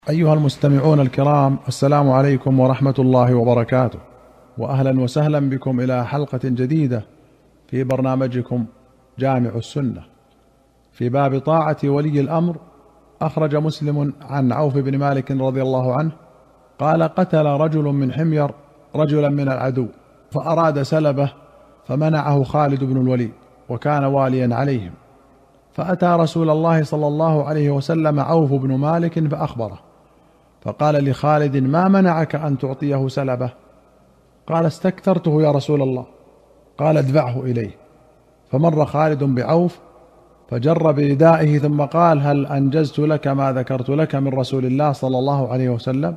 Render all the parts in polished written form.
أيها المستمعون الكرام، السلام عليكم ورحمة الله وبركاته، وأهلا وسهلا بكم إلى حلقة جديدة في برنامجكم جامع السنة. في باب طاعة ولي الأمر، أخرج مسلم عن عوف بن مالك رضي الله عنه قال: قتل رجل من حمير رجلا من العدو فأراد سلبه، فمنعه خالد بن الوليد وكان واليا عليهم، فأتى رسول الله صلى الله عليه وسلم عوف بن مالك فأخبره، فقال لخالد: ما منعك أن تعطيه سلبه؟ قال: استكثرته يا رسول الله. قال: ادفعه إليه. فمر خالد بعوف فجر بردائه ثم قال: هل أنجزت لك ما ذكرت لك من رسول الله صلى الله عليه وسلم؟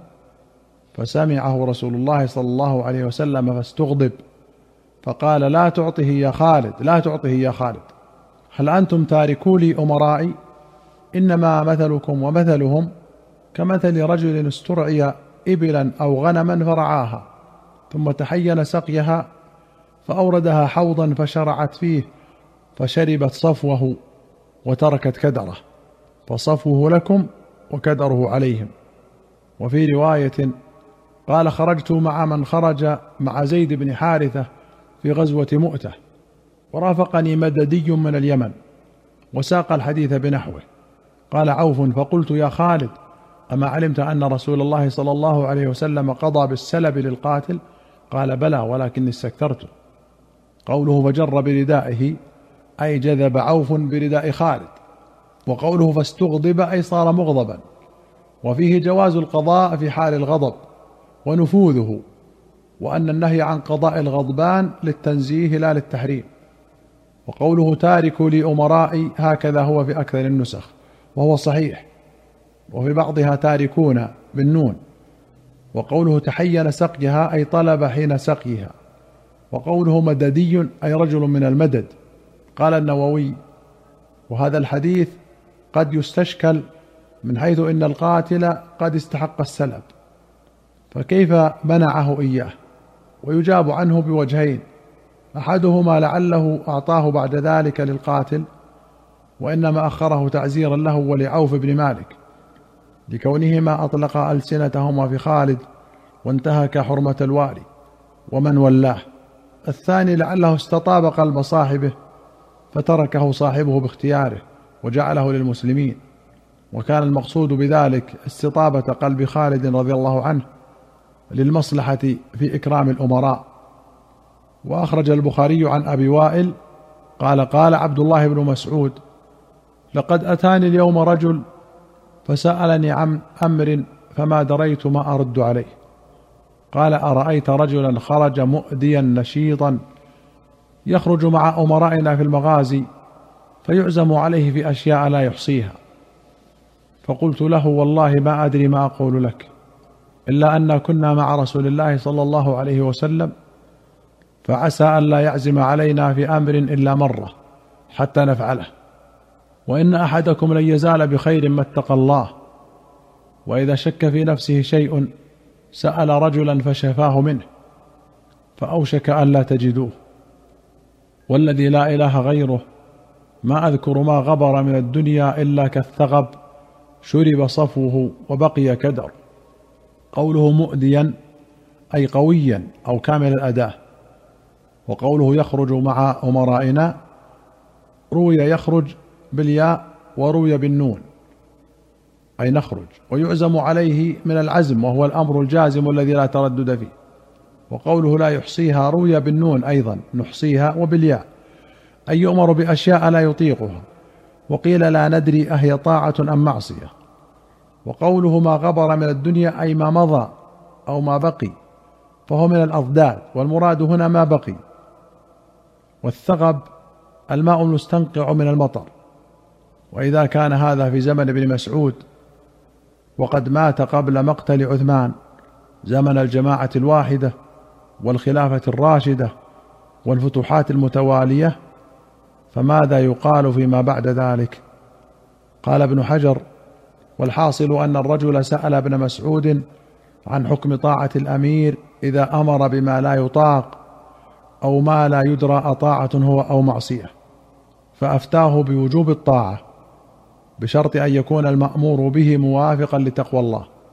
فسمعه رسول الله صلى الله عليه وسلم فاستغضب، فقال: لا تعطه يا خالد، لا تعطه يا خالد، هل أنتم تاركوا لي أمرائي؟ إنما مثلكم ومثلهم كمثل رجل استرعي إبلا أو غنما فرعاها، ثم تحين سقيها فأوردها حوضا فشرعت فيه، فشربت صفوه وتركت كدره، فصفوه لكم وكدره عليهم. وفي رواية قال: خرجت مع من خرج مع زيد بن حارثة في غزوة مؤتة، ورافقني مددي من اليمن، وساق الحديث بنحوه. قال عوف: فقلت: يا خالد، أما علمت أن رسول الله صلى الله عليه وسلم قضى بالسلب للقاتل؟ قال: بلى، ولكني استكثرت. قوله فجر بردائه أي جذب عوف برداء خالد، وقوله فاستغضب أي صار مغضبا. وفيه جواز القضاء في حال الغضب ونفوذه، وأن النهي عن قضاء الغضبان للتنزيه لا للتحريم. وقوله تارك لأمرائي هكذا هو في أكثر النسخ، وهو صحيح، وفي بعضها تاركون بالنون. وقوله تحين سقيها أي طلب حين سقيها. وقوله مددي أي رجل من المدد. قال النووي: وهذا الحديث قد يستشكل من حيث إن القاتل قد استحق السلب، فكيف منعه إياه؟ ويجاب عنه بوجهين: أحدهما لعله أعطاه بعد ذلك للقاتل، وإنما أخره تعزيرا له ولعوف بن مالك، لكونهما أطلقا ألسنتهما في خالد وانتهك حرمة الوالي ومن ولاه. الثاني لعله استطاب قلب صاحبه فتركه صاحبه باختياره وجعله للمسلمين، وكان المقصود بذلك استطابة قلب خالد رضي الله عنه للمصلحة في إكرام الأمراء. وأخرج البخاري عن أبي وائل قال: قال عبد الله بن مسعود: لقد أتاني اليوم رجل فسألني عن أمر فما دريت ما أرد عليه. قال: أرأيت رجلا خرج مؤديا نشيطا يخرج مع أمرائنا في المغازي فيعزم عليه في أشياء لا يحصيها؟ فقلت له: والله ما أدري ما أقول لك، إلا أن كنا مع رسول الله صلى الله عليه وسلم، فعسى أن لا يعزم علينا في أمر إلا مرة حتى نفعله، وإن أحدكم لن يزال بخير ما اتقى الله، وإذا شك في نفسه شيء سأل رجلا فشفاه منه، فأوشك أن لا تجدوه، والذي لا إله غيره ما أذكر ما غبر من الدنيا إلا كالثغب شرب صفوه وبقي كدر. قوله مؤديا أي قويا أو كامل الأداء. وقوله يخرج مع أمرائنا روي يخرج بالياء وروي بالنون أي نخرج، ويعزم عليه من العزم وهو الأمر الجازم الذي لا تردد فيه. وقوله لا يحصيها روي بالنون أيضا نحصيها وبالياء أي يؤمر بأشياء لا يطيقها. وقيل لا ندري أهي طاعة أم معصية. وقوله ما غبر من الدنيا أي ما مضى أو ما بقي، فهو من الأضداد، والمراد هنا ما بقي. والثغب الماء المستنقع من المطر. وإذا كان هذا في زمن ابن مسعود وقد مات قبل مقتل عثمان زمن الجماعة الواحدة والخلافة الراشدة والفتوحات المتوالية، فماذا يقال فيما بعد ذلك؟ قال ابن حجر: والحاصل أن الرجل سأل ابن مسعود عن حكم طاعة الأمير إذا أمر بما لا يطاق أو ما لا يدرى أطاعة هو أو معصية، فأفتاه بوجوب الطاعة بشرط أن يكون المأمور به موافقا لتقوى الله.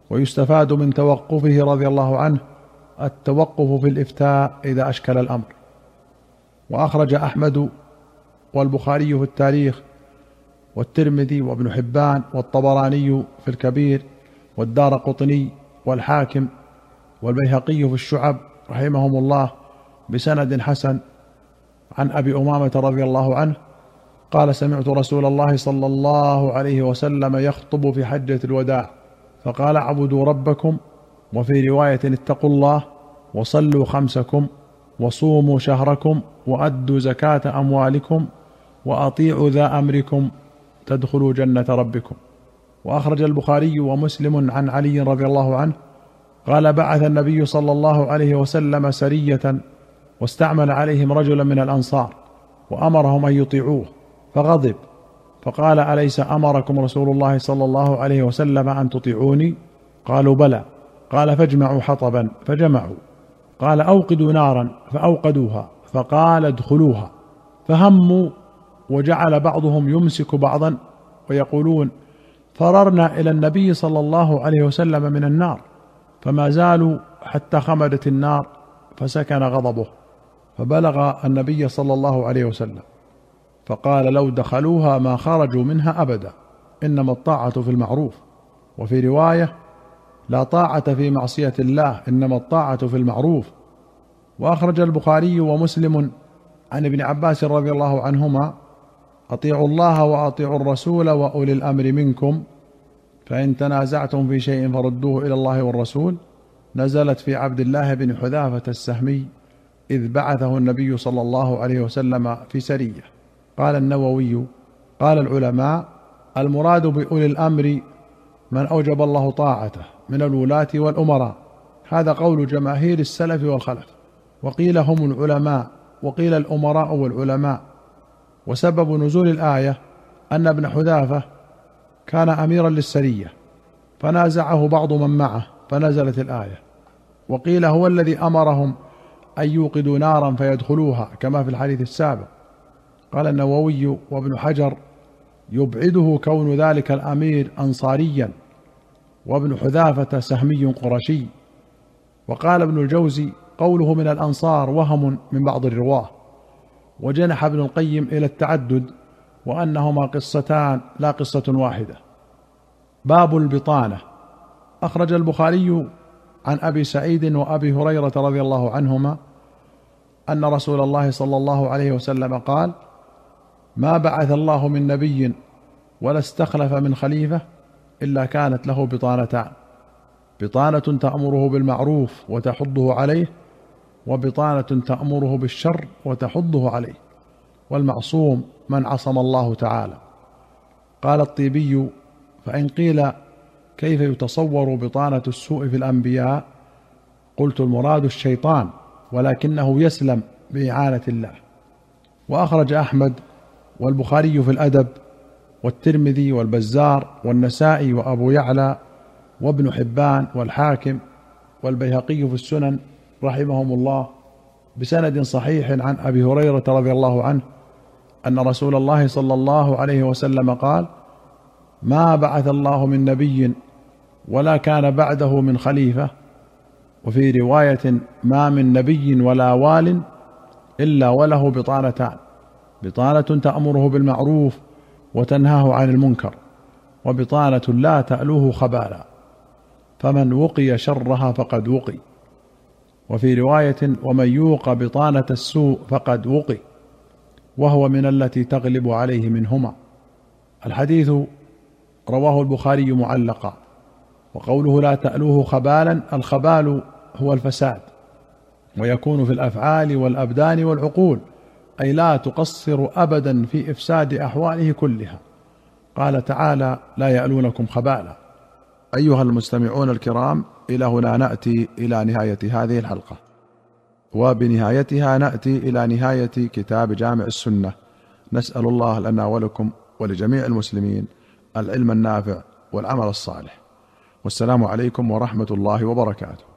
ويستفاد من توقفه رضي الله عنه التوقف في الإفتاء إذا أشكل الأمر. وأخرج أحمد والبخاري في التاريخ والترمذي وابن حبان والطبراني في الكبير والدارقطني والحاكم والبيهقي في الشعب رحمهم الله بسند حسن عن أبي أمامة رضي الله عنه قال: سمعت رسول الله صلى الله عليه وسلم يخطب في حجة الوداع فقال: اعبدوا ربكم، وفي رواية: اتقوا الله وصلوا خمسكم وصوموا شهركم وأدوا زكاة أموالكم وأطيعوا ذا أمركم تدخلوا جنة ربكم. وأخرج البخاري ومسلم عن علي رضي الله عنه قال: بعث النبي صلى الله عليه وسلم سرية واستعمل عليهم رجلا من الأنصار وأمرهم أن يطيعوه فغضب فقال: أليس أمركم رسول الله صلى الله عليه وسلم أن تطيعوني؟ قالوا: بلى. قال: فاجمعوا حطبا فجمعوا. قال: أوقدوا نارا فأوقدوها. فقال: ادخلوها. فهموا وجعل بعضهم يمسك بعضا ويقولون: فررنا إلى النبي صلى الله عليه وسلم من النار، فما زالوا حتى خمدت النار فسكن غضبه فبلغ النبي صلى الله عليه وسلم فقال: لو دخلوها ما خرجوا منها أبدا، إنما الطاعة في المعروف. وفي رواية: لا طاعة في معصية الله، إنما الطاعة في المعروف. وأخرج البخاري ومسلم عن ابن عباس رضي الله عنهما: أطيعوا الله وأطيعوا الرسول وأولي الأمر منكم، فإن تنازعتم في شيء فردوه إلى الله والرسول. نزلت في عبد الله بن حذافة السهمي إذ بعثه النبي صلى الله عليه وسلم في سرية. قال النووي: قال العلماء: المراد بأولي الأمر من أوجب الله طاعته من الولاة والأمراء. هذا قول جماهير السلف والخلف، وقيل هم العلماء، وقيل الأمراء والعلماء. وسبب نزول الآية أن ابن حذافة كان أميرا للسرية فنازعه بعض من معه فنزلت الآية. وقيل هو الذي أمرهم أن يوقدوا نارا فيدخلوها كما في الحديث السابق. قال النووي وابن حجر: يبعده كون ذلك الأمير أنصاريا، وابن حذافة سهمي قرشي. وقال ابن الجوزي: قوله من الأنصار وهم من بعض الرواه. وجنح ابن القيم إلى التعدد وأنهما قصتان لا قصة واحدة. باب البطانة. أخرج البخاري عن أبي سعيد وأبي هريرة رضي الله عنهما أن رسول الله صلى الله عليه وسلم قال: ما بعث الله من نبي ولا استخلف من خليفة إلا كانت له بطانتان: بطانة تأمره بالمعروف وتحضه عليه، وبطانة تأمره بالشر وتحضه عليه. والمعصوم من عصم الله تعالى. قال الطيبي: فإن قيل كيف يتصور بطانة السوء في الأنبياء؟ قلت: المراد الشيطان، ولكنه يسلم بإعانة الله. وأخرج أحمد والبخاري في الأدب والترمذي والبزار والنسائي وأبو يعلى وابن حبان والحاكم والبيهقي في السنن رحمهم الله بسند صحيح عن أبي هريرة رضي الله عنه أن رسول الله صلى الله عليه وسلم قال: ما بعث الله من نبي ولا كان بعده من خليفة. وفي رواية: ما من نبي ولا وال إلا وله بطانتان: بطانة تأمره بالمعروف وتنهاه عن المنكر، وبطانة لا تألوه خبالا، فمن وقي شرها فقد وقي. وفي رواية: ومن يوق بطانة السوء فقد وقي، وهو من التي تغلب عليه منهما. الحديث رواه البخاري معلقا. وقوله لا تألوه خبالا: الخبال هو الفساد، ويكون في الأفعال والأبدان والعقول، أي لا تقصر أبدا في إفساد أحواله كلها. قال تعالى: لا يألونكم خبالا. أيها المستمعون الكرام، إلى هنا نأتي إلى نهاية هذه الحلقة، وبنهايتها نأتي إلى نهاية كتاب جامع السنة. نسأل الله لنا ولكم ولجميع المسلمين العلم النافع والعمل الصالح. والسلام عليكم ورحمة الله وبركاته.